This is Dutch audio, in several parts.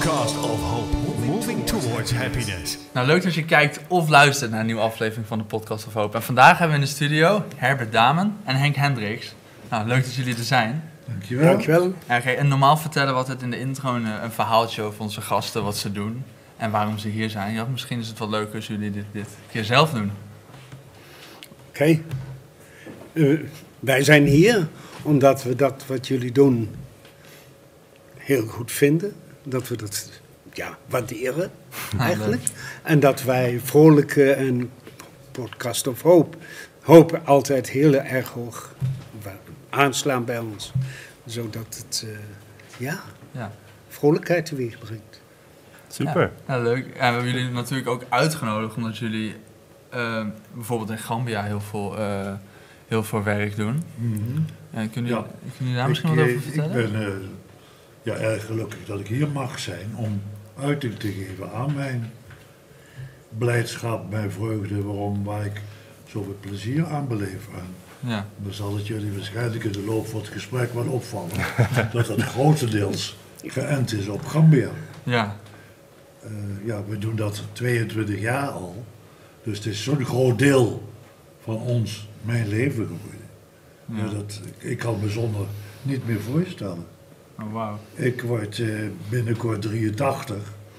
podcast of hope, moving towards happiness. Nou, leuk dat je kijkt of luistert naar een nieuwe aflevering van de Podcast of Hope. En vandaag hebben we in de studio Herbert Damen en Henk Hendricks. Nou, leuk dat jullie er zijn. Dankjewel. Dankjewel. En normaal vertellen we altijd in de intro een verhaaltje over onze gasten, wat ze doen en waarom ze hier zijn. Ja, misschien is het wel leuker als jullie dit keer zelf doen. Oké. Wij zijn hier omdat we dat wat jullie doen heel goed vinden. Dat we dat waarderen eigenlijk. En dat wij vrolijke en Podcast of Hope altijd heel erg hoog aanslaan bij ons. Zodat het vrolijkheid teweeg brengt. Super. Ja, leuk. En we hebben jullie natuurlijk ook uitgenodigd omdat jullie bijvoorbeeld in Gambia heel veel werk doen. Mm-hmm. Kunnen jullie daar misschien wat over vertellen? Ik ben erg gelukkig dat ik hier mag zijn om uiting te geven aan mijn blijdschap, mijn vreugde, waar ik zoveel plezier aan beleef. Ja. Dan zal het jullie waarschijnlijk in de loop van het gesprek wel opvallen dat het grotendeels geënt is op Gambia. Ja. We doen dat 22 jaar al. Dus het is zo'n groot deel van mijn leven geworden. Ja. Ik kan me zonder niet meer voorstellen. Oh, wow. Ik word binnenkort 83.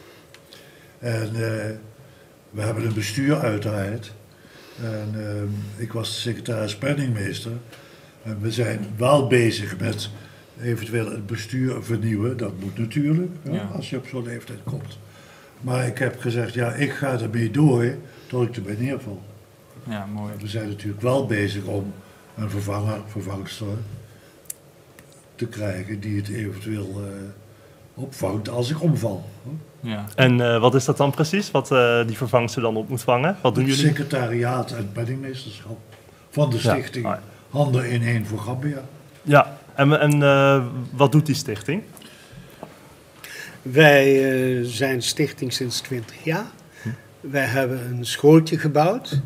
En we hebben een bestuur uiteraard. En ik was secretaris penningmeester. En we zijn wel bezig met eventueel het bestuur vernieuwen. Dat moet natuurlijk, als je op zo'n leeftijd komt. Maar ik heb gezegd, ik ga ermee door tot ik erbij neerval. Ja, mooi. We zijn natuurlijk wel bezig om een vervangster te krijgen die het eventueel opvangt als ik omval. Ja. En wat is dat dan precies, wat die vervangster dan op moet vangen? Wat doen Het jullie? secretariaat en penningmeesterschap van de stichting Handen in één voor Gambia. Ja, en wat doet die stichting? Wij zijn stichting sinds 20 jaar. Wij hebben een schooltje gebouwd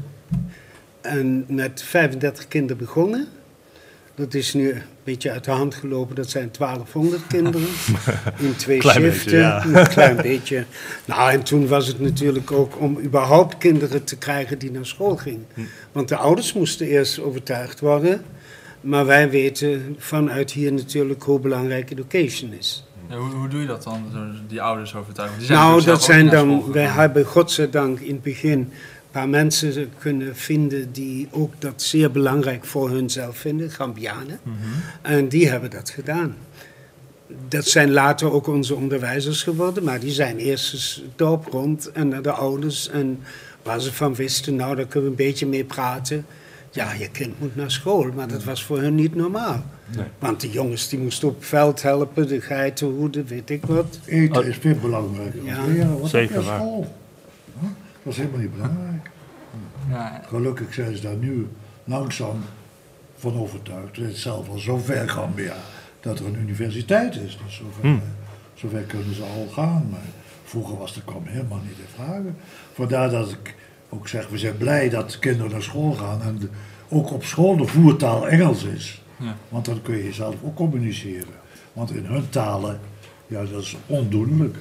en met 35 kinderen begonnen. Dat is nu een beetje uit de hand gelopen. Dat zijn 1200 kinderen in 2 shiften. Een klein beetje. Nou, en toen was het natuurlijk ook om überhaupt kinderen te krijgen die naar school gingen. Want de ouders moesten eerst overtuigd worden. Maar wij weten vanuit hier natuurlijk hoe belangrijk education is. Ja, hoe doe je dat dan, die ouders overtuigen? Wij hebben godzijdank in het begin een paar mensen kunnen vinden die ook dat zeer belangrijk voor hunzelf vinden, Gambianen. Mm-hmm. En die hebben dat gedaan. Dat zijn later ook onze onderwijzers geworden, maar die zijn eerst eens het dorp rond en naar de ouders. En waar ze van wisten, daar kunnen we een beetje mee praten. Ja, je kind moet naar school, maar dat was voor hun niet normaal. Nee. Want de jongens die moesten op het veld helpen, de geiten hoeden, weet ik wat. Eten is veel belangrijker. Ja, zeker waar. Dat is helemaal niet belangrijk. Ja. Gelukkig zijn ze daar nu langzaam van overtuigd. Het is zelf al zo ver Gambia dat er een universiteit is. Dus zover kunnen ze al gaan. Maar vroeger kwam helemaal niet in vragen. Vandaar dat ik ook zeg, we zijn blij dat kinderen naar school gaan en ook op school de voertaal Engels is. Ja. Want dan kun je zelf ook communiceren. Want in hun talen, dat is ondoenlijk.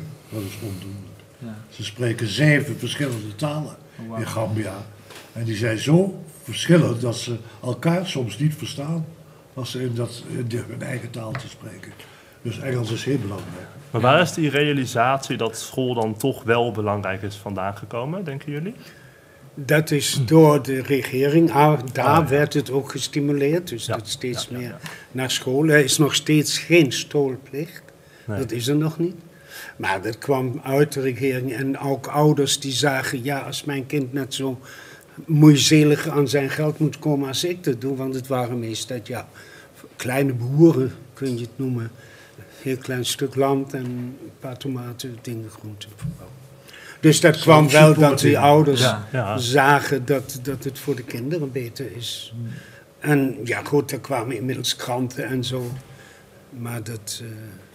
Ja. Ze spreken 7 verschillende talen in Gambia. En die zijn zo verschillend dat ze elkaar soms niet verstaan als ze in hun eigen taal te spreken. Dus Engels is heel belangrijk. Maar waar is die realisatie dat school dan toch wel belangrijk is vandaan gekomen, denken jullie? Dat is door de regering. Daar werd het ook gestimuleerd. Dus dat steeds meer naar school. Er is nog steeds geen schoolplicht. Nee. Dat is er nog niet. Maar dat kwam uit de regering. En ook ouders die zagen, als mijn kind net zo moeizelig aan zijn geld moet komen als ik dat doe. Want het waren meestal kleine boeren, kun je het noemen. Een heel klein stuk land en een paar tomaten, dingen, groenten. Dus dat kwam wel dat die ouders zagen dat het voor de kinderen beter is. En er kwamen inmiddels kranten en zo. Maar dat,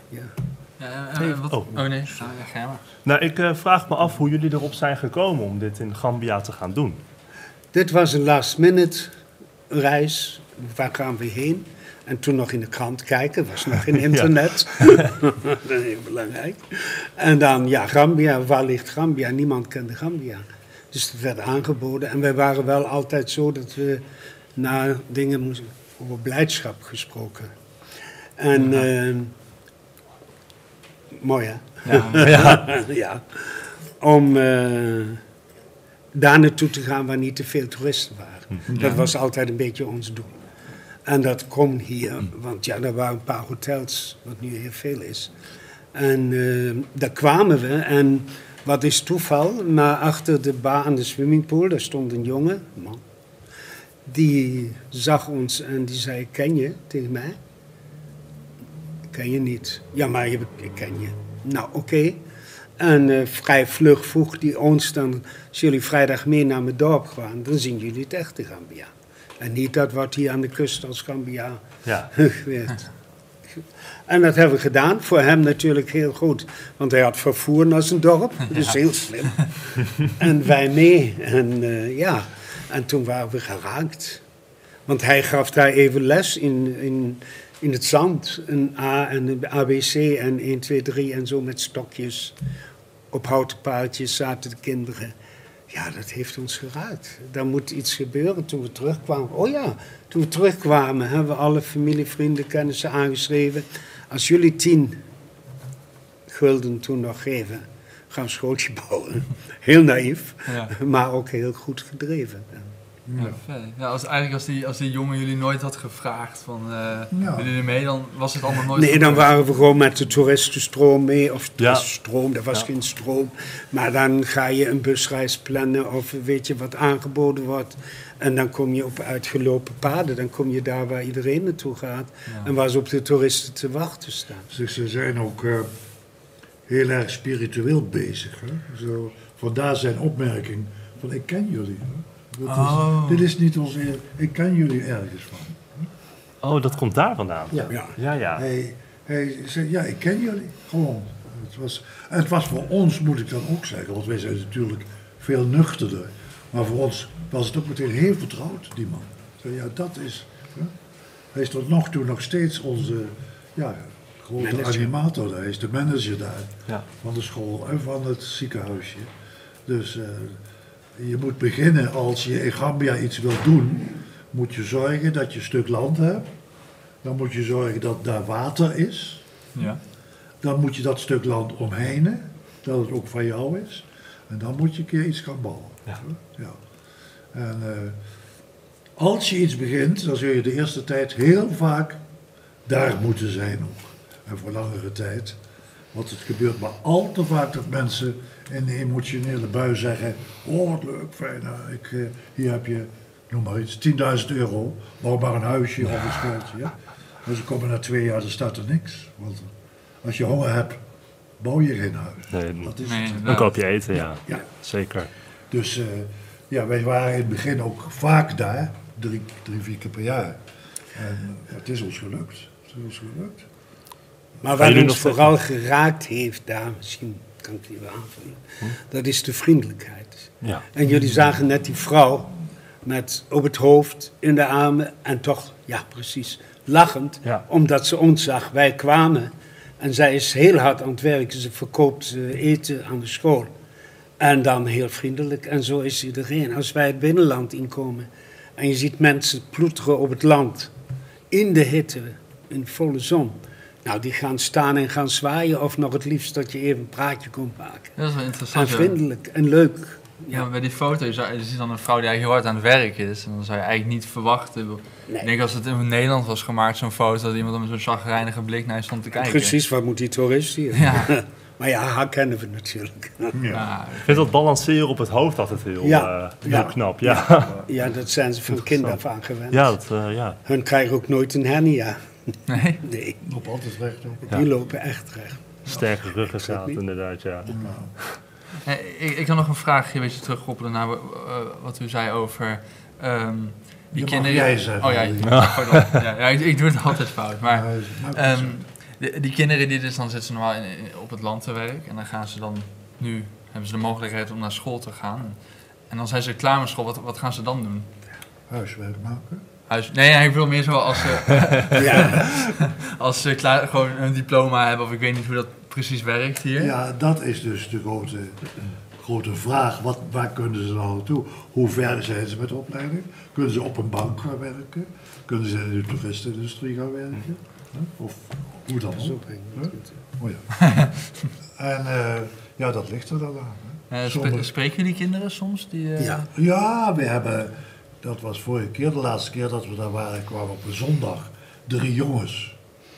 ga maar. Nou, ik vraag me af hoe jullie erop zijn gekomen om dit in Gambia te gaan doen. Dit was een last minute reis. Waar gaan we heen? En toen nog in de krant kijken, was nog geen internet. Dat is heel belangrijk. En dan, Gambia, waar ligt Gambia? Niemand kende Gambia. Dus dat werd aangeboden. En wij waren wel altijd zo dat we naar dingen moesten, over blijdschap gesproken. En, mooi hè? Ja. Om daar naartoe te gaan waar niet te veel toeristen waren. Dat was altijd een beetje ons doel. En dat kon hier, want er waren een paar hotels, wat nu heel veel is. En daar kwamen we en wat is toeval, maar achter de bar aan de swimmingpool, daar stond een jongen, man. Die zag ons en die zei, ken je tegen mij? Ik ken je niet. Ja, maar ik ken je. Nou, oké. En vrij vlug vroeg die ons dan, als jullie vrijdag mee naar mijn dorp gaan, dan zien jullie het echte Gambia. En niet dat wat hier aan de kust als Gambia werd. En dat hebben we gedaan. Voor hem natuurlijk heel goed. Want hij had vervoer naar zijn dorp. Dus heel slim. En wij mee. En en toen waren we geraakt. Want hij gaf daar even les in het zand. Een A en een ABC en 1, 2, 3 en zo met stokjes. Op houten paardjes zaten de kinderen. Ja, dat heeft ons geraakt. Daar moet iets gebeuren toen we terugkwamen. Oh ja, toen we terugkwamen hebben we alle familie, vrienden, kennissen aangeschreven. Als jullie 10 gulden toen nog geven, gaan we een schooltje bouwen. Heel naïef, maar ook heel goed gedreven. Als die jongen jullie nooit had gevraagd van willen jullie mee, dan was het allemaal nooit. Nee, dan waren we gewoon met de toeristenstroom mee. Of toeristenstroom, er was geen stroom. Maar dan ga je een busreis plannen of weet je wat aangeboden wordt. En dan kom je op uitgelopen paden. Dan kom je daar waar iedereen naartoe gaat. En waar ze op de toeristen te wachten staan. Dus ze zijn ook heel erg spiritueel bezig. Hè? Zo, vandaar zijn opmerking van ik ken jullie. Hè? Dit is niet ons eer. Ik ken jullie ergens van. Oh, dat komt daar vandaan? Ja. Hij zei, ik ken jullie. Gewoon. Het was voor ons, moet ik dan ook zeggen, want wij zijn natuurlijk veel nuchterder. Maar voor ons was het ook meteen heel vertrouwd, die man. Dat is... Hij is tot nog toe nog steeds onze grote animator. Hij is de manager daar van de school en van het ziekenhuisje. Dus... je moet beginnen als je in Gambia iets wilt doen, moet je zorgen dat je een stuk land hebt. Dan moet je zorgen dat daar water is. Ja. Dan moet je dat stuk land omheinen, dat het ook van jou is. En dan moet je een keer iets gaan bouwen. Ja. En als je iets begint, dan zul je de eerste tijd heel vaak daar moeten zijn ook. En voor langere tijd. Want het gebeurt maar al te vaak dat mensen in de emotionele bui zeggen, oh wat leuk, fijn, hier heb je, noem maar iets, 10.000 euro, bouw maar een huisje of een schooltje. Ja? En ze komen na 2 jaar, er staat er niks. Want als je honger hebt, bouw je geen huis. Nee, dan koop je eten, ja. Zeker. Dus wij waren in het begin ook vaak daar, 3, 4 keer per jaar. En het is ons gelukt. Maar wat ons vooral geraakt heeft daar, misschien kan ik die wel aanvullen, dat is de vriendelijkheid. Ja. En jullie zagen net die vrouw met op het hoofd, in de armen en toch, precies, lachend, omdat ze ons zag. Wij kwamen en zij is heel hard aan het werken, ze verkoopt eten aan de school. En dan heel vriendelijk en zo is iedereen. Als wij het binnenland inkomen en je ziet mensen ploeteren op het land, in de hitte, in volle zon. Nou, die gaan staan en gaan zwaaien of nog het liefst dat je even een praatje komt maken. Dat is wel interessant. En vriendelijk en leuk. Ja, bij die foto, je ziet dan een vrouw die eigenlijk heel hard aan het werk is. En dan zou je eigenlijk niet verwachten. Nee. Ik denk als het in Nederland was gemaakt, zo'n foto, dat iemand met zo'n chagrijnige blik naar je stond te kijken. Precies, wat moet die toerist hier? Ja. Maar haar kennen we natuurlijk. Ik vind dat balanceren op het hoofd altijd heel knap. Ja, dat zijn ze van kind af aan gewend. Hun krijgen ook nooit een hernia. Nee. Lopen altijd recht ook. Die lopen echt recht. Sterke ruggengraat, inderdaad, Ik had nog een vraagje, een beetje terugkoppelen naar wat u zei over die kinderen. Ik doe het altijd fout. Maar die kinderen die dus dan zitten normaal op het land te werk en dan gaan ze dan nu hebben ze de mogelijkheid om naar school te gaan. En dan zijn ze klaar met school. Wat gaan ze dan doen? Huiswerk maken. ik wil meer zo als als ze gewoon een diploma hebben, of ik weet niet hoe dat precies werkt hier. Ja, dat is dus de grote vraag. Waar kunnen ze nou naartoe? Hoe ver zijn ze met de opleiding? Kunnen ze op een bank gaan werken? Kunnen ze in de toeristenindustrie gaan werken? Of hoe dan ook? Oh ja. En dat ligt er dan aan. Spreken jullie kinderen soms? Ja, we hebben... Dat was vorige keer, de laatste keer dat we daar waren, kwamen op een zondag 3 jongens.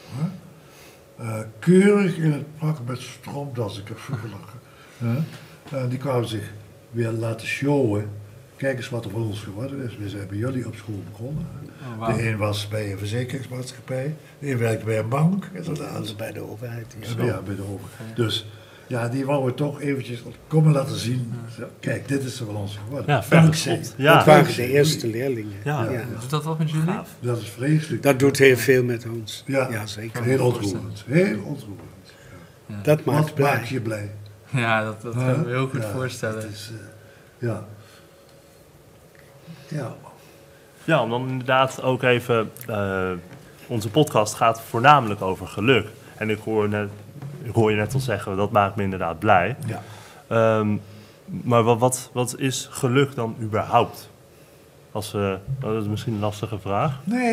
Keurig in het pak met stroomdas, ik heb zo gelachen. Die kwamen zich weer laten showen. Kijk eens wat er van ons geworden is. We zijn bij jullie op school begonnen. Oh, wow. De een was bij een verzekeringsmaatschappij, de een werkte bij een bank. Dat is bij de overheid. Ja, bij de overheid. Dus ja, die wouden we toch eventjes komen laten zien. Kijk, dit is er van ons geworden. Ja, dankzij. Dat waren de eerste leerlingen. Ja. Doet dat wat met jullie? Dat is vreselijk. Dat doet heel veel met ons. Ja, zeker. Heel ontroerend. Heel ontroerend. Ja. Dat maakt je blij. Ja, dat kan ik me heel goed voorstellen. Ja, om dan inderdaad ook even... onze podcast gaat voornamelijk over geluk. En ik hoor je net al zeggen, dat maakt me inderdaad blij. Ja. Maar wat is geluk dan überhaupt? Dat is misschien een lastige vraag. Nee,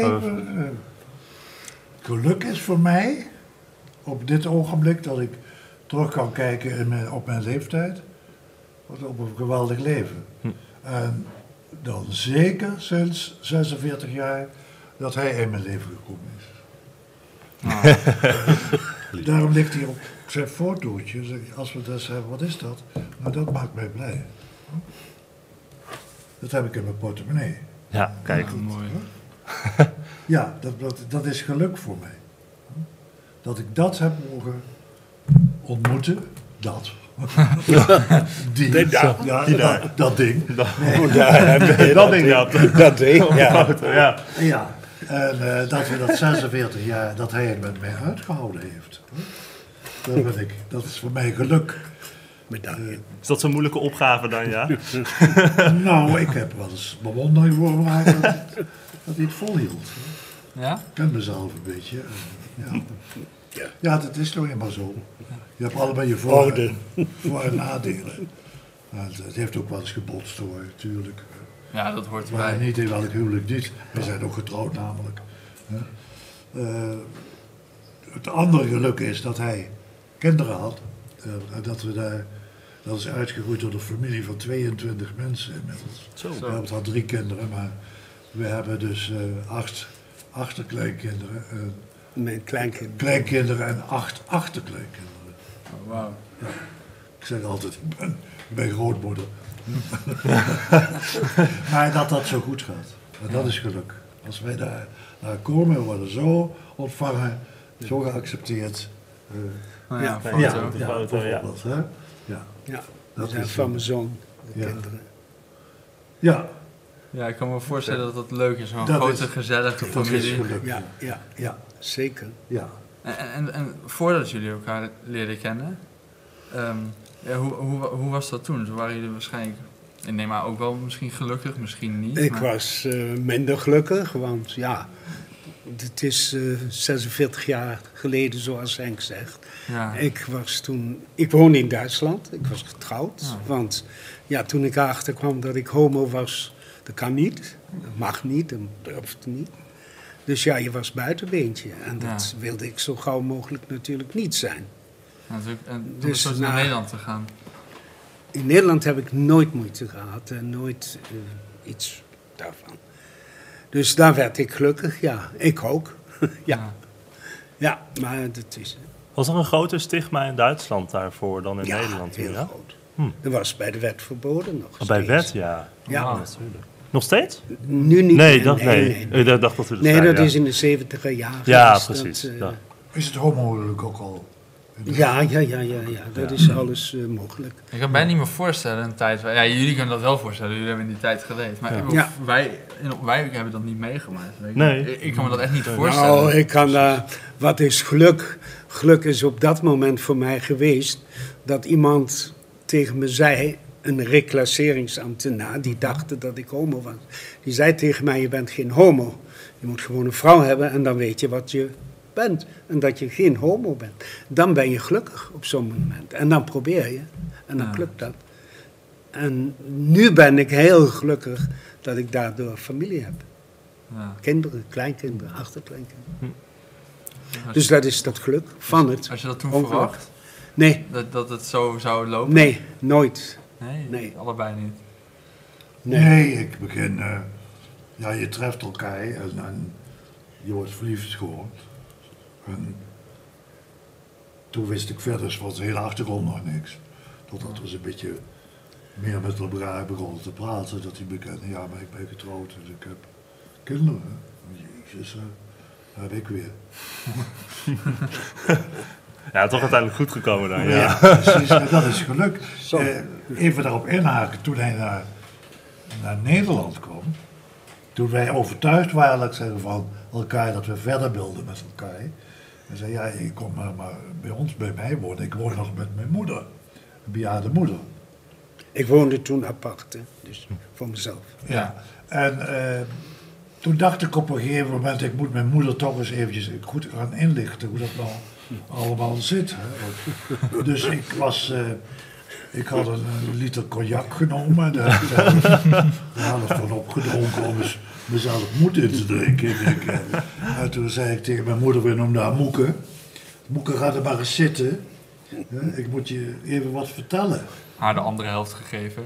geluk is voor mij, op dit ogenblik dat ik terug kan kijken op mijn leeftijd, op een geweldig leven. En dan zeker sinds 46 jaar dat hij in mijn leven gekomen is. Daarom ligt hij op zijn fotootje. Als we dat hebben, wat is dat? Nou, dat maakt mij blij. Dat heb ik in mijn portemonnee. Ja, kijk. Mooi. Ja, dat is geluk voor mij. Dat ik dat heb mogen ontmoeten. Dat. Dat ding. Dat ding, ja. Dat ding, ja. Ja. En dat we dat 46 jaar, dat hij het met mij uitgehouden heeft. Dat is voor mij geluk. Is dat zo'n moeilijke opgave dan, ja? Nou, ik heb wel eens bewondering voor gemaakt dat hij het volhield. Ja? Ik ken mezelf een beetje. Ja, dat is toch helemaal zo. Je hebt allebei je voor- en nadelen. Het heeft ook wel eens gebotst hoor, natuurlijk. Ja, dat hoort erbij. Maar niet in welk huwelijk niet. We zijn ook getrouwd namelijk. Het andere geluk is dat hij kinderen had. Dat is uitgegroeid door een familie van 22 mensen inmiddels. Zo. We hebben al 3 kinderen, maar we hebben dus 8 achterkleinkinderen. Mijn Kleinkinderen en 8 achterkleinkinderen. Oh, wauw. Ja. Ik zeg altijd, ik ben grootmoeder. Maar dat zo goed gaat. En dat is geluk. Als wij daar komen, we worden zo ontvangen, zo geaccepteerd. Dat is van mijn zoon, de kinderen. Ja. Ja, ik kan me voorstellen dat dat leuk is, zo'n grote, gezellige familie. Ja, zeker. Ja. En voordat jullie elkaar leerden kennen, hoe was dat toen? Toen waren jullie waarschijnlijk, ik neem maar ook wel misschien gelukkig, misschien niet. Ik was minder gelukkig, want ja, het is 46 jaar geleden zoals Henk zegt. Ja. Ik woonde in Duitsland, ik was getrouwd, want ja, toen ik erachter kwam dat ik homo was, dat kan niet, dat mag niet, dat durft niet. Dus ja, je was buitenbeentje en dat wilde ik zo gauw mogelijk natuurlijk niet zijn. En toen was het naar Nederland te gaan? In Nederland heb ik nooit moeite gehad en nooit iets daarvan. Dus daar werd ik gelukkig, ja. Ik ook. Ja, maar dat is... Was er een groter stigma in Duitsland daarvoor dan in Nederland? Heel groot. Dat was bij de wet verboden nog. Bij wet, ja. Ja. Natuurlijk. Nog steeds? Nu niet. Nee, nee. dacht dat u dat nee, zei, dat is in de 70er jaren. Ja, dus precies. Is het homohuwelijk ook al? Ja. Dat is alles mogelijk. Ik kan mij niet meer voorstellen een tijd... Ja, jullie kunnen dat wel voorstellen, jullie hebben in die tijd geleefd. Maar wij hebben dat niet meegemaakt. Nee. Ik kan me dat echt niet voorstellen. Nou, ik kan... wat is geluk? Geluk is op dat moment voor mij geweest dat iemand tegen me zei... een reclasseringsambtenaar die dacht dat ik homo was. Die zei tegen mij, je bent geen homo. Je moet gewoon een vrouw hebben en dan weet je wat je bent. En dat je geen homo bent. Dan ben je gelukkig op zo'n moment. En dan probeer je. En dan lukt dat. En nu ben ik heel gelukkig dat ik daardoor familie heb. Ja. Kinderen, kleinkinderen, achterkleinkinderen. Dus dat is dat geluk van het. Als je dat toen verwacht? Nee. Dat het zo zou lopen? Nee, nooit. Nee. Allebei niet? Nee, ik begin... je treft elkaar en je wordt verliefd gewoon. En toen wist ik verder van de hele achtergrond nog niks. Totdat we eens een beetje meer met elkaar begonnen te praten. Dat hij bekende, ja, maar ik ben getrouwd, dus ik heb kinderen. Jezus, daar heb ik weer. Ja, toch uiteindelijk goed gekomen dan. Ja, precies, dat is geluk. Even daarop inhaken, toen hij naar Nederland kwam, toen wij overtuigd waren, laat ik zeggen, van elkaar, dat we verder wilden met elkaar. Hij zei, ja, je komt maar bij mij wonen. Ik woon nog met mijn moeder, een bejaarde moeder. Ik woonde toen apart, hè? Dus voor mezelf. Ja, en toen dacht ik op een gegeven moment, ik moet mijn moeder toch eens eventjes goed gaan inlichten hoe dat nou allemaal zit. Hè. Dus ik had een liter cognac genomen, daar had ik van opgedronken om eens mezelf moed in te drinken. En toen zei ik tegen mijn moeder, we noemden haar Moeke. Moeke, ga er maar eens zitten. Ik moet je even wat vertellen. Haar de andere helft gegeven.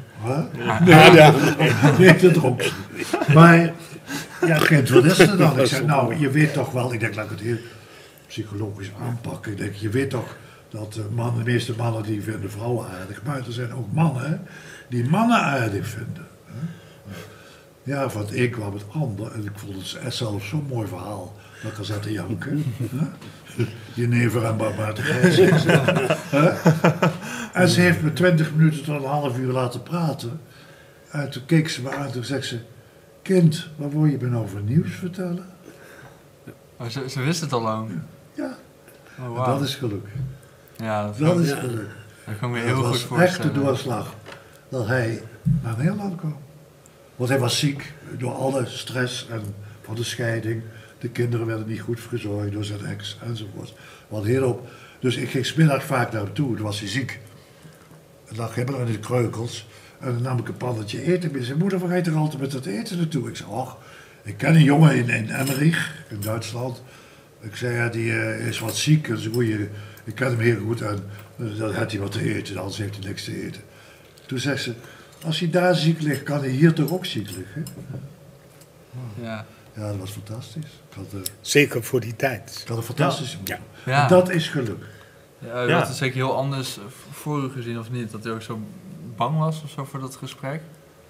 Nee, dat dronk ze. Maar, ja, kind, wat is er dan? Ik zei, nou, je weet toch wel, ik denk, laat ik het heel psychologisch aanpakken. Ik denk, je weet toch dat de meeste mannen die vinden vrouwen aardig, maar er zijn ook mannen die mannen aardig vinden. Ja, want ik kwam het ander en ik vond het zelf zo'n mooi verhaal dat ik al zat te janken. Jenever en barmhartigheid. En ze heeft me 20 minuten tot een half uur laten praten. En toen keek ze me aan en toen zei ze, kind, wat wil je me nou voor nieuws vertellen? Oh, ze wist het al lang? Ja, oh, wow. Dat is geluk. Ja, dat is geluk. Dat kan ik me heel goed voorstellen. Het was echt de doorslag dat hij naar Nederland kwam. Want hij was ziek door alle stress en van de scheiding. De kinderen werden niet goed verzorgd door zijn ex enzovoort. Wat heel op. Dus ik ging 's middags vaak naar hem toe, toen was hij ziek. En lag helemaal in de kreukels. En dan nam ik een pannetje eten. En zijn moeder, waar ga je toch altijd met dat eten naartoe? Ik zei, och, ik ken een jongen in Emmerich, in Duitsland. Ik zei, ja, die is wat ziek. En ik ken hem heel goed en dan heeft hij wat te eten, anders heeft hij niks te eten. Toen zegt ze, als hij daar ziek ligt, kan hij hier toch ook ziek liggen? Ja. Ja, dat was fantastisch. Zeker voor die tijd. Ik had een fantastische moeder. Ja. Dat is geluk. Ja, u had het zeker heel anders voor u gezien, of niet? Dat u ook zo bang was of zo voor dat gesprek?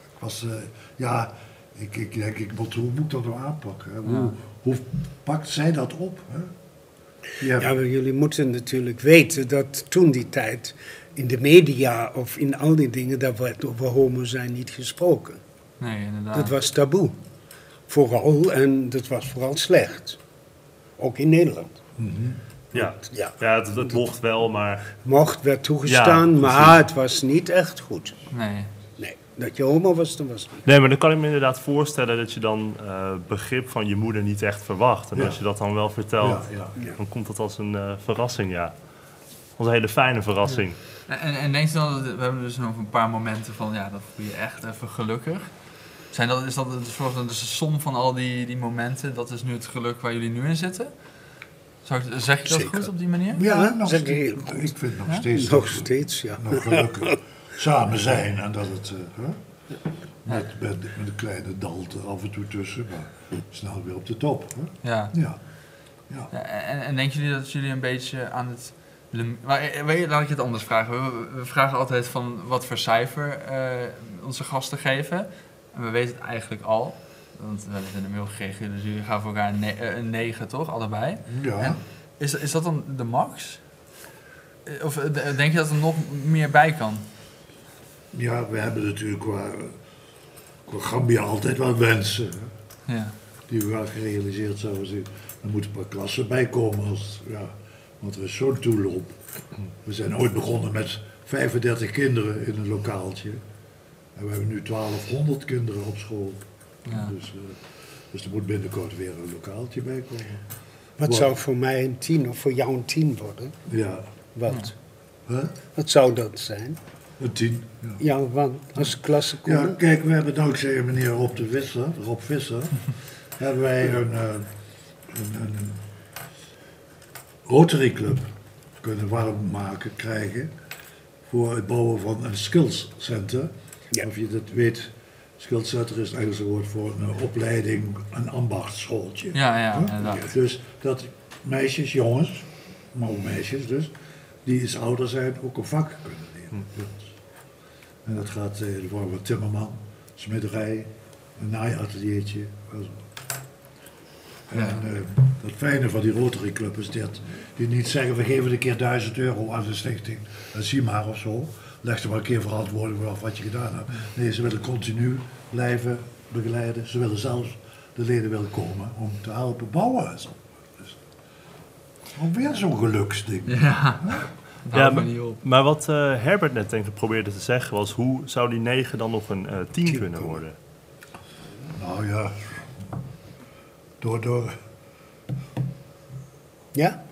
Ik denk, hoe moet ik dat nou aanpakken? Hoe pakt zij dat op? Hè? Ja, maar jullie moeten natuurlijk weten dat toen die tijd in de media of in al die dingen, daar werd over homo zijn niet gesproken. Nee, inderdaad. Dat was taboe. Vooral, en dat was vooral slecht. Ook in Nederland. Mm-hmm. Ja, het mocht wel, maar... Mocht, werd toegestaan, maar het was niet echt goed. Nee. Dat je homo was, dan was het niet. Nee, maar dan kan ik me inderdaad voorstellen dat je dan begrip van je moeder niet echt verwacht. En als je dat dan wel vertelt, dan komt dat als een verrassing, ja. Als een hele fijne verrassing. Ja. En denk je dan, we hebben dus nog een paar momenten van, ja, dat voel je echt even gelukkig. Is dat de som van al die momenten, dat is nu het geluk waar jullie nu in zitten? Zeg je dat Zeker. goed op die manier? Ja, nog zeg steeds. ik Ik vind nog steeds. Nog steeds, ja. Nog gelukkig samen zijn en dat het met een kleine dalte af en toe tussen, maar snel weer op de top. Hè? Ja. En denken jullie dat jullie een beetje aan het... Laat ik het anders vragen. We vragen altijd van wat voor cijfer onze gasten geven. En we weten het eigenlijk al. Want we hebben een mail gekregen, dus jullie gaan voor elkaar een 9, toch? Allebei. Ja. En is dat dan de max? Of denk je dat er nog meer bij kan? Ja, we hebben natuurlijk qua Gambia altijd wel wensen. Ja. Die we wel gerealiseerd zouden zijn. Er moeten een paar klassen bij komen, want er is zo'n toeloop. We zijn ooit begonnen met 35 kinderen in een lokaaltje. En we hebben nu 1200 kinderen op school. Ja. Dus er moet binnenkort weer een lokaaltje bij komen. Wat zou voor mij een 10 of voor jou een 10 worden? Ja. Wat? Huh? Wat zou dat zijn? Een 10. Ja, want als de klasse komt. Ja, kijk, we hebben dankzij meneer Rob Visser, hebben wij een Rotary Club kunnen warm krijgen voor het bouwen van een skills center. Ja. Of je dat weet, skills center is het Engelse woord voor een opleiding, een ambachtschooltje. Ja, inderdaad. Dus dat meisjes, jongens, maar ook meisjes dus, die iets ouder zijn, ook een vak kunnen leren. En dat gaat in de vorm van timmerman, smederij, een naaiateliertje. En het fijne van die Rotary Club is dat die niet zeggen, we geven een keer €1000 aan de stichting, en zie maar of zo. Leg er maar een keer verantwoording af wat je gedaan hebt. Nee, ze willen continu blijven begeleiden. Ze willen zelfs, de leden willen komen om te helpen bouwen. Dus, ook weer zo'n geluksding. Ja. Ja, maar wat Herbert net denk ik probeerde te zeggen was, hoe zou die 9 dan nog een 10 kunnen worden? Nou ja, door... Ja?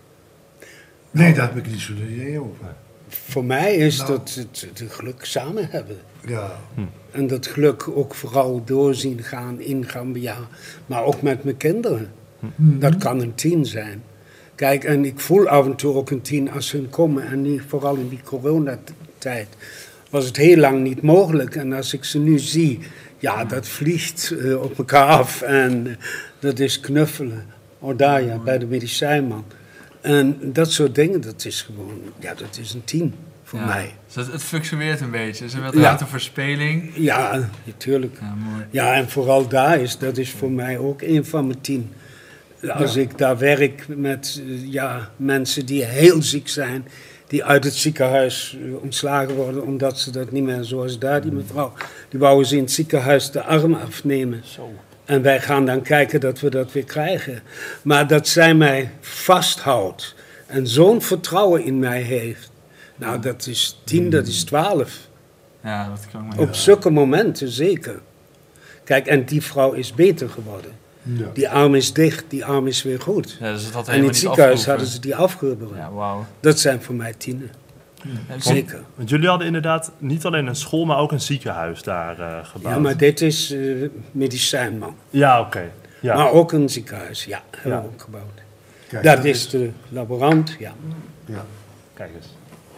Nee, daar heb ik niet zo'n idee over. Voor mij is dat het geluk samen hebben. Ja. En dat geluk ook vooral doorzien gaan in Gambia, maar ook met mijn kinderen. Dat kan een 10 zijn. Kijk, en ik voel af en toe ook een 10 als ze komen. En nu, vooral in die coronatijd was het heel lang niet mogelijk. En als ik ze nu zie, ja, dat vliegt op elkaar af. En dat is knuffelen. Oh, daar ja, bij de medicijnman. En dat soort dingen, dat is gewoon, ja, dat is een 10 voor mij. Dus het fluctueert een beetje. Is er wat ruimte voor speling? Ja, natuurlijk. Ja, mooi. Ja, en vooral daar dat is voor mij ook een van mijn 10. Als ik daar werk met mensen die heel ziek zijn, die uit het ziekenhuis ontslagen worden, omdat ze dat niet meer, zoals daar die mevrouw, die wou ze in het ziekenhuis de arm afnemen. Zo. En wij gaan dan kijken dat we dat weer krijgen. Maar dat zij mij vasthoudt en zo'n vertrouwen in mij heeft, nou dat is 10, dat is 12. Ja, dat kan ik Op zulke momenten zeker. Kijk, en die vrouw is beter geworden. Ja. Die arm is dicht, die arm is weer goed. Ja, dus het had en in het ziekenhuis hadden ze die afgerubbeld. Ja, wow. Dat zijn voor mij 10. Ja, zeker. Want jullie hadden inderdaad niet alleen een school, maar ook een ziekenhuis daar gebouwd. Ja, maar dit is medicijnman. Ja, oké. Ja. Maar ook een ziekenhuis, ja, hebben we ook gebouwd. Kijk, dat is de laborant, ja. Kijk eens.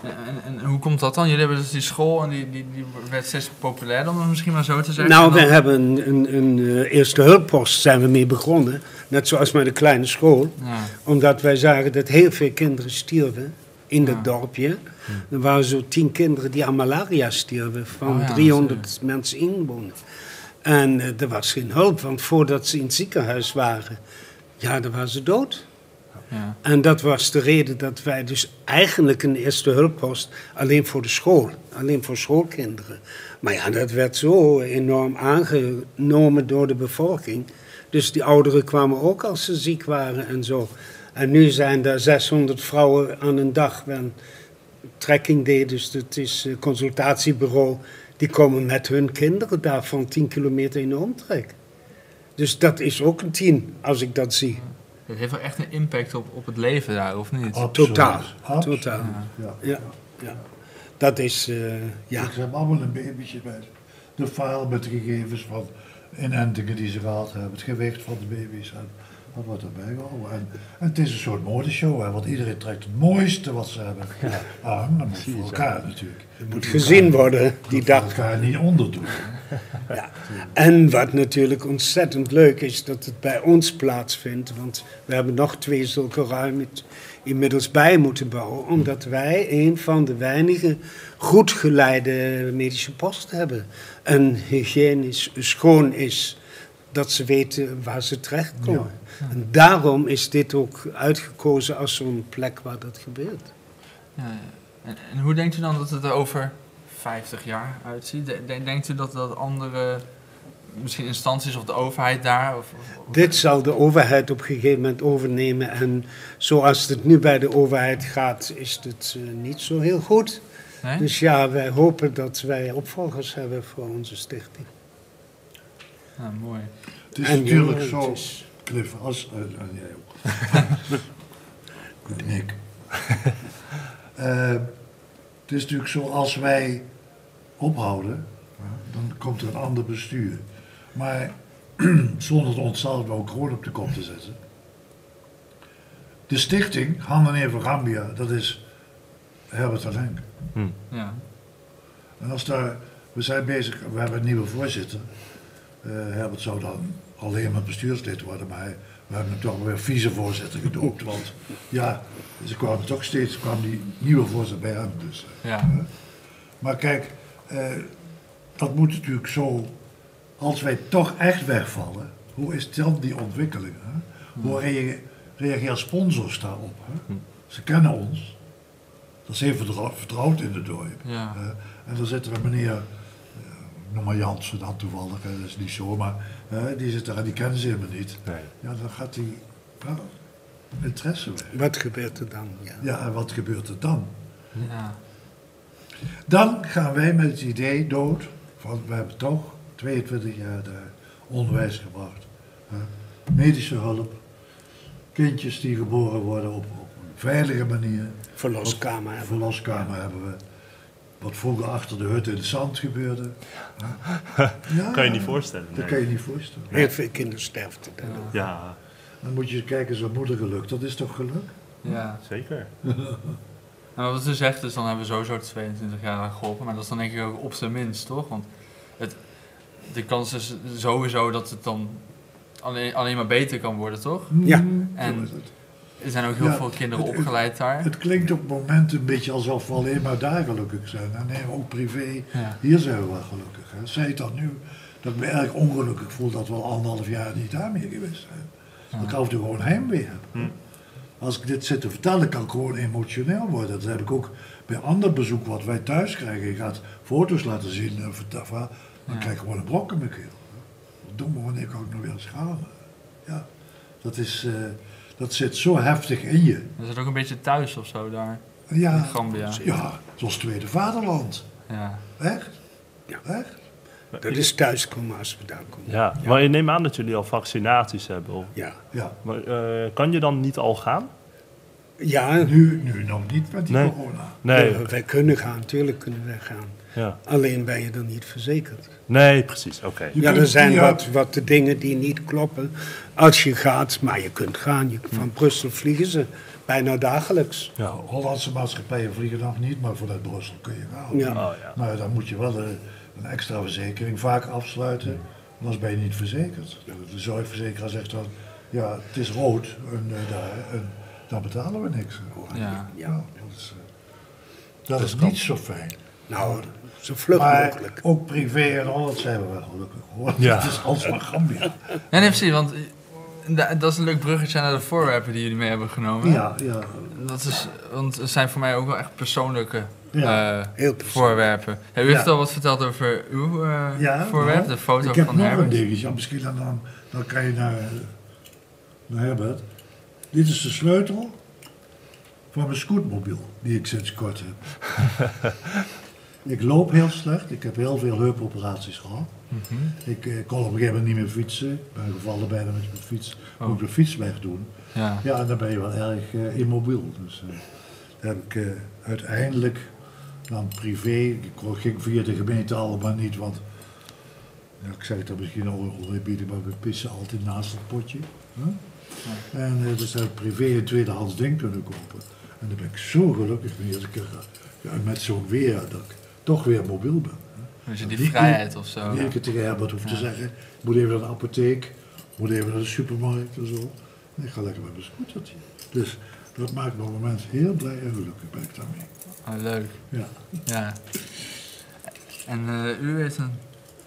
En hoe komt dat dan? Jullie hebben dus die school en die werd steeds populairder, om het misschien maar zo te zeggen. Nou, we hebben een eerste hulppost zijn we mee begonnen. Net zoals met de kleine school. Ja. Omdat wij zagen dat heel veel kinderen stierven in dat dorpje. Er waren zo 10 kinderen die aan malaria stierven van 300 mensen inwoners. En er was geen hulp, want voordat ze in het ziekenhuis waren, ja, dan waren ze dood. Ja. En dat was de reden dat wij dus eigenlijk een eerste hulppost alleen voor de school, alleen voor schoolkinderen. Maar ja, dat werd zo enorm aangenomen door de bevolking. Dus die ouderen kwamen ook als ze ziek waren en zo. En nu zijn er 600 vrouwen aan een dag, wel trekking deed, dus het is een consultatiebureau, die komen met hun kinderen daar van 10 kilometer in de omtrek. Dus dat is ook een 10, als ik dat zie. Het heeft wel echt een impact op het leven daar, of niet? Absoluut. Totaal. Absoluut. Totaal. Ja. Dat is, ja. Ze hebben allemaal een babytje bij. De file met de gegevens van inentingen die ze gehad hebben, het gewicht van de baby's. En dat wordt erbij gehouden. En het is een soort modeshow, hè, want iedereen trekt het mooiste wat ze hebben. Ja. Dat moet voor elkaar natuurlijk. Het moet gezien worden, die dag. Elkaar niet onderdoen. Ja. En wat natuurlijk ontzettend leuk is, dat het bij ons plaatsvindt. Want we hebben nog 2 zulke ruimte inmiddels bij moeten bouwen. Omdat wij een van de weinige goed geleide medische posten hebben. En hygiënisch schoon is, dat ze weten waar ze terechtkomen. Ja. En daarom is dit ook uitgekozen als zo'n plek waar dat gebeurt. Ja. En hoe denkt u dan dat het er over 50 jaar uitziet? Denkt u dat andere misschien instanties of de overheid daar? Dit zal de overheid op een gegeven moment overnemen. En zoals het nu bij de overheid gaat, is het niet zo heel goed. Nee? Dus ja, wij hopen dat wij opvolgers hebben voor onze stichting. Nou, mooi. Het is natuurlijk zo, Cliff, als... jij ook. Nick. Het is natuurlijk zo, als wij ophouden, dan komt er een ander bestuur. Maar zonder onszelf ook gewoon op de kop te zetten. De stichting, Handen in voor Gambia, dat is Herbert van Henk. Ja. En als daar, we zijn bezig, we hebben een nieuwe voorzitter. Herbert zou dan alleen maar bestuurslid worden, maar we hebben hem toch weer vicevoorzitter gedoopt. Want ja, ze kwamen toch steeds, kwam die nieuwe voorzitter bij hem. Dus, maar kijk, dat moet natuurlijk zo, als wij toch echt wegvallen, hoe is dan die ontwikkeling? Hè? Hoe reageren sponsors daarop? Hè? Ze kennen ons. Dat is even vertrouwd in de dorp. Ja. En dan zit er een meneer, noem maar Jansen dan toevallig, dat is niet zo, maar die zit daar en die kennen ze helemaal niet. Nee. Ja, dan gaat die interesse weg. Wat gebeurt er dan? Ja, en wat gebeurt er dan? Ja. Dan gaan wij met het idee dood, van we hebben toch 22 jaar daar onderwijs gebracht. Medische hulp, kindjes die geboren worden op een veilige manier. Verloskamer hebben we. Wat vroeger achter de hut in het zand gebeurde. Ja, kan je niet voorstellen. Dat kan je niet voorstellen. Heel veel kindersterfte. Ja. Dan moet je kijken, zo'n moeder geluk. Dat is toch geluk? Ja, zeker. Nou, wat u zegt, dus dan hebben we sowieso 22 jaar geholpen. Maar dat is dan denk ik ook op zijn minst, toch? Want de kans is sowieso dat het dan alleen maar beter kan worden, toch? Ja. En er zijn ook heel veel kinderen opgeleid daar. Het klinkt op het moment een beetje alsof we alleen maar daar gelukkig zijn. Nee, ook privé. Ja. Hier zijn we wel gelukkig. Hè. Zei het dan nu dat ik me erg ongelukkig voel dat we al 1,5 jaar niet daar meer geweest zijn. Ja. Ik hoefde gewoon heimwee. Als ik dit zit te vertellen, kan ik gewoon emotioneel worden. Dat heb ik ook bij ander bezoek wat wij thuis krijgen. Je gaat foto's laten zien, dan krijg ik gewoon een brok in mijn keel. Domme, wanneer kan ik nog weer eens gaan? Ja, dat zit zo heftig in je. Dat zit ook een beetje thuis of zo daar, in Gambia. Ja, zoals tweede vaderland. Ja. Echt? Ja. Echt? Dat is thuiskomen als we daar komen. Ja, maar je neemt aan dat jullie al vaccinaties hebben. Of? Ja. Maar kan je dan niet al gaan? Ja. Nu nog niet met die corona. Nee. Wij kunnen gaan, natuurlijk kunnen wij gaan. Ja. Alleen ben je dan niet verzekerd. Nee, precies, oké. Ja, er zijn wat de dingen die niet kloppen. Als je gaat, maar je kunt gaan. Van Brussel vliegen ze bijna dagelijks. Ja, Hollandse maatschappijen vliegen nog niet, maar vanuit Brussel kun je gaan. Ja. Oh, ja. Maar dan moet je wel een extra verzekering vaak afsluiten, anders ben je niet verzekerd. De zorgverzekeraar zegt dan, ja, het is rood en dan betalen we niks. Ja. Dat is niet zo fijn. Nou, zo vlug mogelijk. Ook privé en alles zijn we wel gelukkig hoor. Ja. Het is alsmaar Gambia. Ja, nee, precies, want dat is een leuk bruggetje naar de voorwerpen die jullie mee hebben genomen. Ja. Want het zijn voor mij ook wel echt persoonlijke voorwerpen. U heeft al wat verteld over uw voorwerp, de foto van Herbert. Ik heb nog een dingetje, misschien dan kan je naar Herbert. Dit is de sleutel van mijn scootmobiel, die ik sinds kort heb. Ik loop heel slecht, ik heb heel veel heupoperaties gehad. Ik kon op een gegeven moment niet meer fietsen. Ik ben gevallen bijna met mijn fiets. Moet ik de fiets wegdoen. Ja, en dan ben je wel erg immobiel. Dus daar heb ik uiteindelijk dan privé, ik ging via de gemeente allemaal niet, want ik zeg het misschien al eerbiedig, maar we pissen altijd naast het potje. En dus heb ik privé een tweedehands ding kunnen kopen. En daar ben ik zo gelukkig mee dat ik met zo'n weer, dat ik toch weer mobiel ben. Dus je die vrijheid of zo. Die ik tegen Herbert hoef te zeggen, ik moet even naar de apotheek, ik moet even naar de supermarkt en zo. En ik ga lekker met mijn scootertje. Dus dat maakt me op het moment heel blij en gelukkig ben ik daarmee. Oh, leuk. Ja. En u heeft een...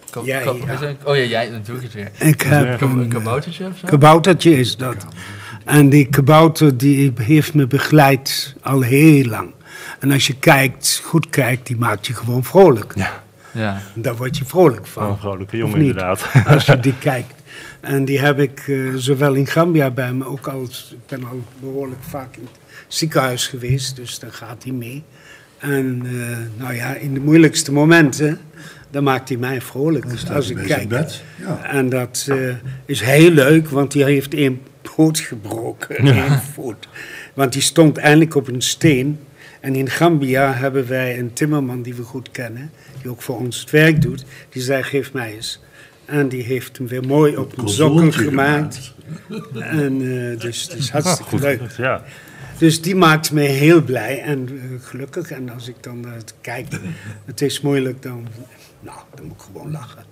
jij natuurlijk het weer. Ik heb een kaboutertje of zo? Kaboutertje is dat. En die kabouter die heeft me begeleid al heel lang. En als je goed kijkt, die maakt je gewoon vrolijk. Ja. Ja. Daar word je vrolijk van. Een vrolijke jongen inderdaad. Als je die kijkt. En die heb ik zowel in Gambia bij me, ik ben al behoorlijk vaak in het ziekenhuis geweest, dus daar gaat hij mee. En in de moeilijkste momenten, dan maakt hij mij vrolijk als ik kijk. Bed. Ja. En dat is heel leuk, want hij heeft 1 poot gebroken, 1 voet. Want die stond eindelijk op een steen. En in Gambia hebben wij een timmerman die we goed kennen, die ook voor ons het werk doet. Die zei, geef mij eens. En die heeft hem weer mooi op een sokkel gemaakt. En dus het is hartstikke leuk. Ja. Dus die maakt me heel blij en gelukkig. En als ik dan kijk, het is moeilijk, dan moet ik gewoon lachen.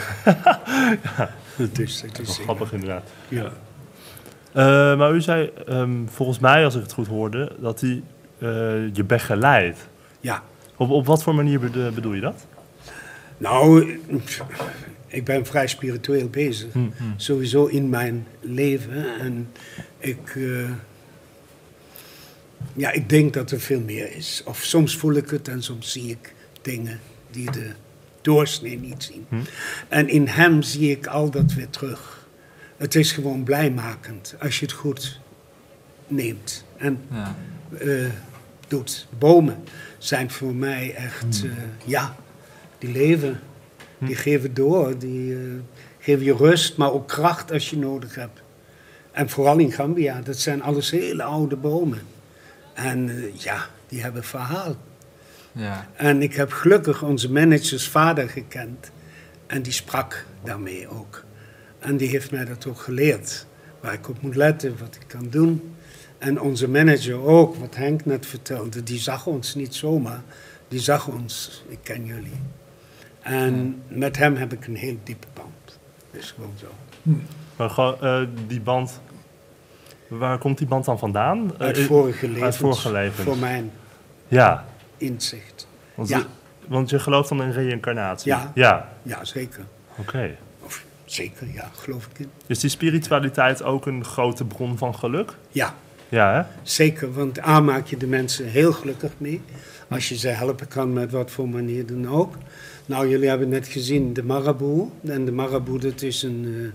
Het is grappig inderdaad. Ja. Maar u zei, volgens mij, als ik het goed hoorde, dat hij je begeleidt. Ja. Op wat voor manier bedoel je dat? Nou, ik ben vrij spiritueel bezig. Sowieso in mijn leven. En ik denk dat er veel meer is. Of soms voel ik het en soms zie ik dingen die de doorsnee niet zien. En in hem zie ik al dat weer terug. Het is gewoon blijmakend als je het goed neemt en doet. Bomen zijn voor mij echt, die leven. Die geven door, die geven je rust, maar ook kracht als je nodig hebt. En vooral in Gambia, dat zijn alles hele oude bomen. En die hebben verhaal. Ja. En ik heb gelukkig onze managers vader gekend. En die sprak daarmee ook. En die heeft mij dat ook geleerd. Waar ik op moet letten, wat ik kan doen. En onze manager ook, wat Henk net vertelde. Die zag ons niet zomaar. Die zag ons, ik ken jullie. En met hem heb ik een heel diepe band. Dat is gewoon zo. Maar die band, waar komt die band dan vandaan? Uit vorige levens. Uit vorige levens. Voor mijn inzicht. Want je gelooft dan in reïncarnatie? Ja, zeker. Oké. Zeker, geloof ik in. Is die spiritualiteit ook een grote bron van geluk? Ja. Ja, hè? Zeker, want maak je de mensen heel gelukkig mee. Als je ze helpen kan met wat voor manier dan ook. Nou, jullie hebben net gezien de maraboe. En de maraboe, dat is een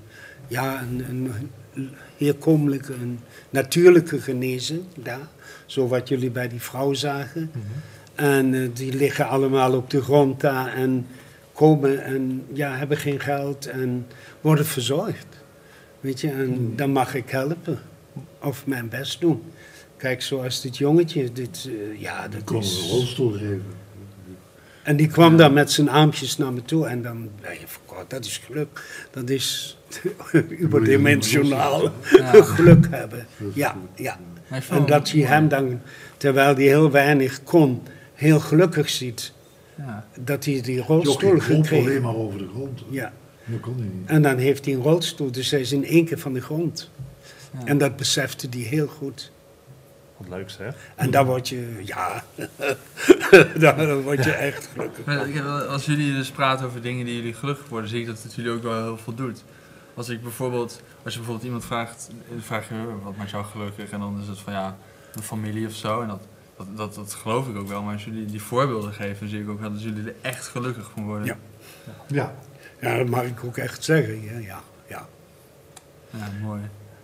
heerkomelijke, een natuurlijke genezing daar. Zo wat jullie bij die vrouw zagen. En die liggen allemaal op de grond daar en komen en hebben geen geld en worden verzorgd. Weet je, en dan mag ik helpen. Of mijn best doen. Kijk, zoals dit jongetje, dat kon is... een rolstoel geven. En die kwam dan met zijn armpjes naar me toe en dan ben je verkort, dat is geluk. Dat is überdimensionaal geluk hebben. Ja. En dat je hem dan, terwijl hij heel weinig kon, heel gelukkig ziet. Ja. Dat hij die rolstoel gekregen. Alleen maar over de grond. Ja. Dat kon hij niet. En dan heeft hij een rolstoel, dus hij is in 1 keer van de grond. Ja. En dat besefte hij heel goed. Wat leuk zeg. En dan word je, dan word je echt gelukkig. Maar als jullie dus praten over dingen die jullie gelukkig worden, zie ik dat het jullie ook wel heel veel doet. Als je bijvoorbeeld iemand vraagt, vraag je wat maakt jou gelukkig en dan is het van een familie of zo. En dat geloof ik ook wel, maar als jullie die voorbeelden geven, zie ik ook wel dat jullie er echt gelukkig van worden. Ja, dat mag ik ook echt zeggen. Ja, mooi.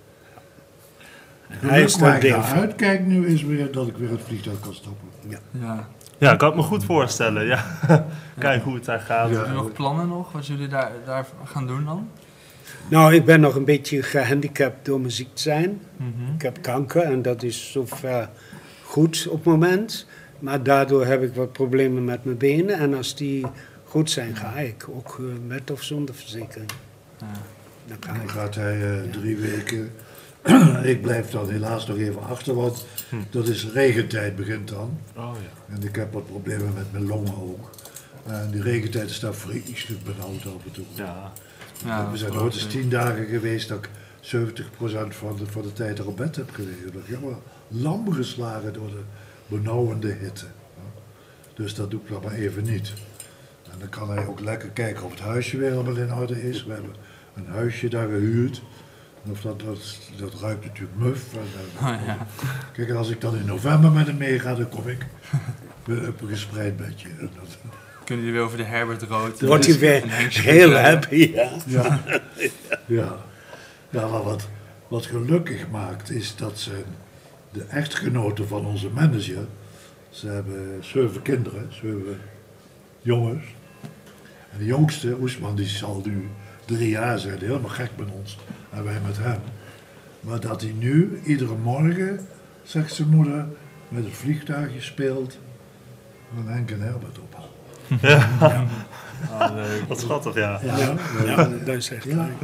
Hij is waar ik naar uitkijk nu is weer dat ik weer het vliegtuig kan stoppen. Ja, ik kan het me goed voorstellen. Ja. Kijk hoe het daar gaat. Hebben jullie nog plannen wat jullie daar gaan doen dan? Nou, ik ben nog een beetje gehandicapt door mijn ziek zijn. Ik heb kanker en dat is zover goed op het moment. Maar daardoor heb ik wat problemen met mijn benen. En als die goed zijn, ga ik ook met of zonder verzekering. Dan gaat hij 3 weken... Ik blijf dan helaas nog even achter, want dat is regentijd begint dan. Oh, ja. En ik heb wat problemen met mijn longen ook. En die regentijd is daar vreselijk benauwd af en toe. We zijn nooit eens 10 dagen geweest dat ik 70% van de tijd er op bed heb gelegen. Ik ben helemaal lam geslagen door de benauwende hitte. Dus dat doe ik dan maar even niet. En dan kan hij ook lekker kijken of het huisje weer allemaal in orde is. We hebben een huisje daar gehuurd. Of dat ruikt natuurlijk muf. Kijk, en als ik dan in november met hem meega, dan kom ik op een gespreid bedje. kunnen jullie weer over de Herbert Rood. Wordt hij weer heel happy, ja. Maar wat gelukkig maakt is dat ze, de echtgenoten van onze manager, ze hebben 7 kinderen, 7 jongens. En de jongste, Oesman, die zal nu 3 jaar zijn, helemaal gek met ons. En wij met hem. Maar dat hij nu, iedere morgen, zegt zijn moeder, met het vliegtuigje speelt, van Henk en Herbert ophalen. Ja. Wat schattig, ja. Ja, dat is echt leuk.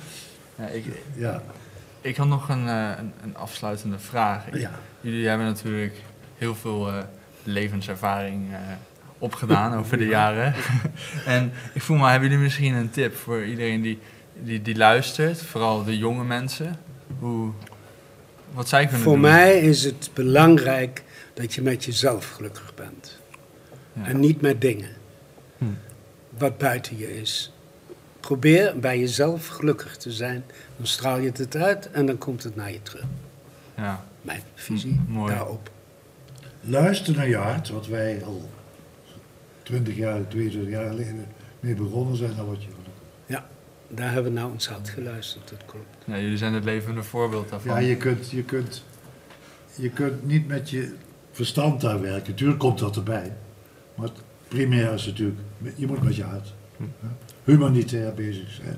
Ik had nog een afsluitende vraag. Jullie hebben natuurlijk heel veel levenservaring opgedaan over de jaren. En ik voel me, hebben jullie misschien een tip voor iedereen die luistert, vooral de jonge mensen? Wat zij kunnen doen? Voor mij is het belangrijk dat je met jezelf gelukkig bent. Ja. En niet met dingen. Wat buiten je is. Probeer bij jezelf gelukkig te zijn. Dan straal je het uit en dan komt het naar je terug. Ja. Mijn visie daarop. Luister naar je hart, wat wij al 22 jaar geleden mee begonnen zijn. Dan word je gelukkig. Ja, daar hebben we naar ons hart geluisterd, dat klopt. Ja, jullie zijn het levende voorbeeld daarvan. Ja, je kunt niet met je verstand daar werken. Natuurlijk komt dat erbij. Maar het primair is natuurlijk, je moet met je hart humanitair bezig zijn.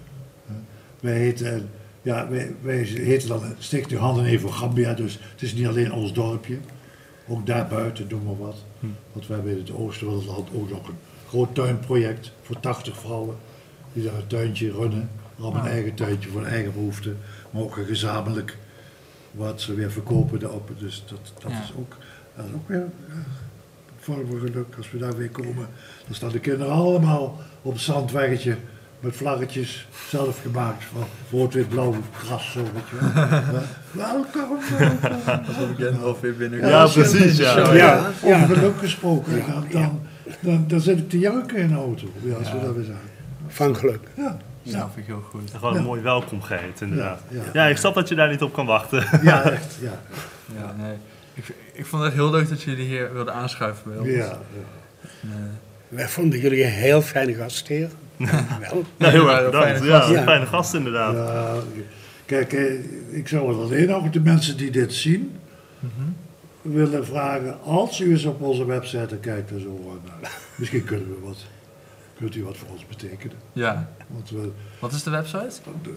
Wij heten dan Stichting Handen in voor Gambia, dus het is niet alleen ons dorpje. Ook daarbuiten doen we wat. Want we hebben in het oosten van het land ook nog een groot tuinproject voor 80 vrouwen. Die daar een tuintje runnen. Allemaal een eigen tuintje voor hun eigen behoeften. Maar ook een gezamenlijk wat ze weer verkopen daarop. Dus dat is ook weer vorm van geluk. Als we daar weer komen, dan staan de kinderen allemaal op het zandweggetje met vlaggetjes zelf gemaakt van rood, wit, blauw gras, zo weet je wel. Welkom. Dat heb ik net al weer binnen. Ja, precies. Ja. Over geluk gesproken. Dan zit ik te janken in de auto, als we daar weer zijn. Van geluk. Ja. Dat vind ik heel goed. Gewoon een mooi welkom geheten, inderdaad. Ja, ik snap dat je daar niet op kan wachten. Ja, echt. Ja, nee. Ik vond het heel leuk dat jullie hier wilden aanschuiven bij ons. Ja. Wij vonden jullie een heel fijne gastheer. Wel. Ja, heel erg bedankt. Ja, fijne gast inderdaad. Ja, kijk, ik zou het alleen nog de mensen die dit zien willen vragen, als u eens op onze website kijkt en zo, misschien kunt u wat voor ons betekenen. Ja. Wat is de website?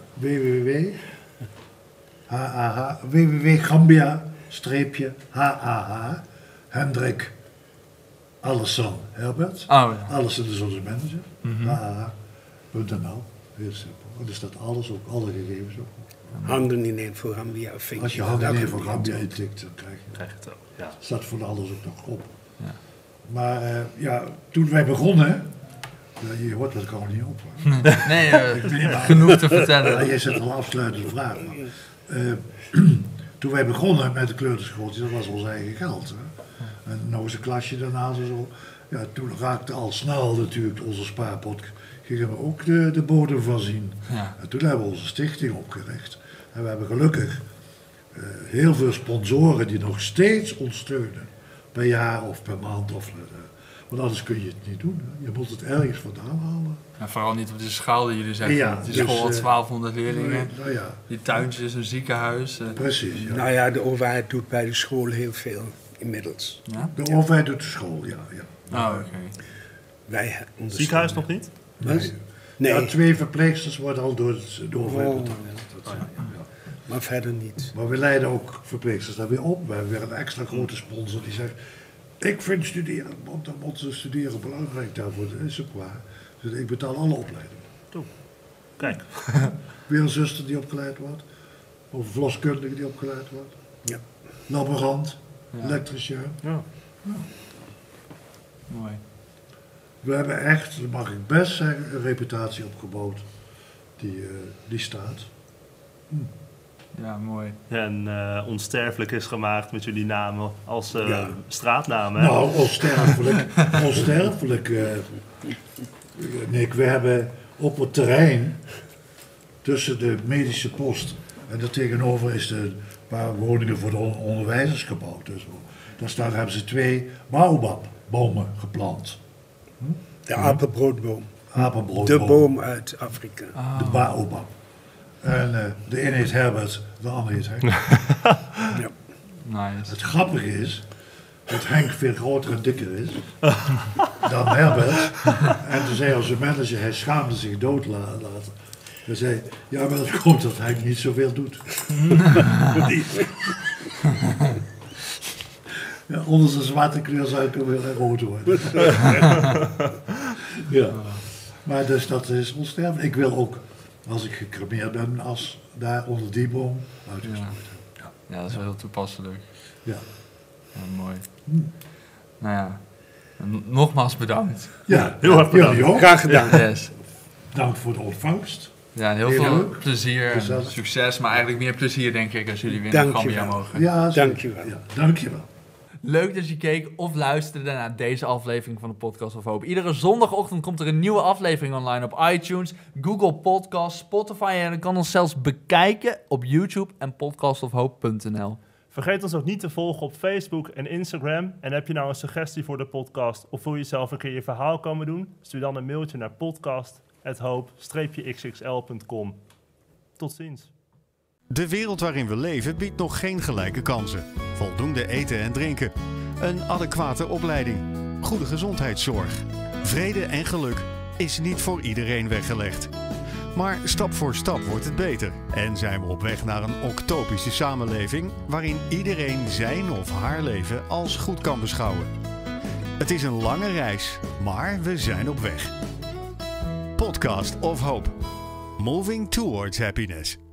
www.gambia-HAH Hendrik Allison Herbert. Allison is onze manager. HAH.nl. Heel simpel. En er staat alles op, alle gegevens op. Handen ineen voor Gambia. Als je handen ineen voor Gambia intikt, dan krijg je het ook. Ja. Staat van alles ook nog op. Ja. Maar toen wij begonnen, je hoort dat gewoon niet op. Nee, genoeg te vertellen. Jij zet al afsluitende vraag. Toen wij begonnen met de kleuterschooltje, dat was ons eigen geld. Hè? En nog eens een klasje daarnaast en zo. Ja, toen raakte al snel natuurlijk onze spaarpot, gingen we ook de bodem van zien. Ja. En toen hebben we onze stichting opgericht. En we hebben gelukkig heel veel sponsoren die nog steeds ons steunen. Per jaar of per maand. Want anders kun je het niet doen. Hè. Je moet het ergens vandaan halen. Ja, vooral niet op de schaal die jullie zeggen. Ja, het is gewoon 1200 leerlingen. Ja. Die tuintjes, een ziekenhuis. Precies. Ja. Nou ja, de overheid doet bij de school heel veel inmiddels. Ja? De overheid doet de school, ja. Oké. Ziekenhuis nog niet? Nee. Ja, 2 verpleegsters worden al door de overheid betaald. Maar verder niet. Maar we leiden ook verpleegsters daar weer op. We hebben weer een extra grote sponsor die zegt, ik vind studeren, want dan moeten ze studeren belangrijk daarvoor. Dat is ook waar. Dus ik betaal alle opleidingen. Kijk. Weer een zuster die opgeleid wordt. Of een verloskundige die opgeleid wordt. Ja. Laborant, elektricien. Ja. Mooi. We hebben echt, dat mag ik best zeggen, een reputatie opgebouwd die staat. Ja, mooi. En onsterfelijk is gemaakt met jullie namen als straatnamen. Nou, onsterfelijk. Nick, we hebben op het terrein tussen de medische post en daar tegenover is een paar woningen voor de onderwijzers gebouwd. Dus daar hebben ze 2 baobabbomen geplant. De apenbroodboom. Apenbroodboom. De boom uit Afrika. De baobab. En de een heet Herbert, de ander heet Henk. Ja. Nice. Het grappige is dat Henk veel groter en dikker is dan Herbert. En toen zei onze manager, hij schaamde zich dood laten. Hij zei, ja, maar dat komt dat Henk niet zoveel doet. Ja, onder zijn zwarte kleur zou ik weer rood worden. Ja. Maar dus dat is onsterfelijk. Ik wil ook, als ik gecremeerd ben, als daar onder die boom uitgestrooid. Ja, dat is wel heel toepasselijk. Ja. Ja, mooi. Nou ja, nogmaals bedankt. Ja, heel erg bedankt. Jullie ook. Graag gedaan. Yes. Dank voor de ontvangst. Ja, heel veel plezier en succes, maar eigenlijk meer plezier denk ik als jullie weer naar Gambia mogen. Ja, dankjewel. Ja, dankjewel. Leuk dat je keek of luisterde naar deze aflevering van de Podcast of Hope. Iedere zondagochtend komt er een nieuwe aflevering online op iTunes, Google Podcasts, Spotify en je kan ons zelfs bekijken op YouTube en podcastofhope.nl. Vergeet ons ook niet te volgen op Facebook en Instagram. En heb je nou een suggestie voor de podcast of wil je zelf een keer je verhaal komen doen? Stuur dan een mailtje naar podcast@hope-xxl.com. Tot ziens. De wereld waarin we leven biedt nog geen gelijke kansen. Voldoende eten en drinken. Een adequate opleiding. Goede gezondheidszorg. Vrede en geluk is niet voor iedereen weggelegd. Maar stap voor stap wordt het beter. En zijn we op weg naar een octopische samenleving waarin iedereen zijn of haar leven als goed kan beschouwen. Het is een lange reis, maar we zijn op weg. Podcast of Hope. Moving towards happiness.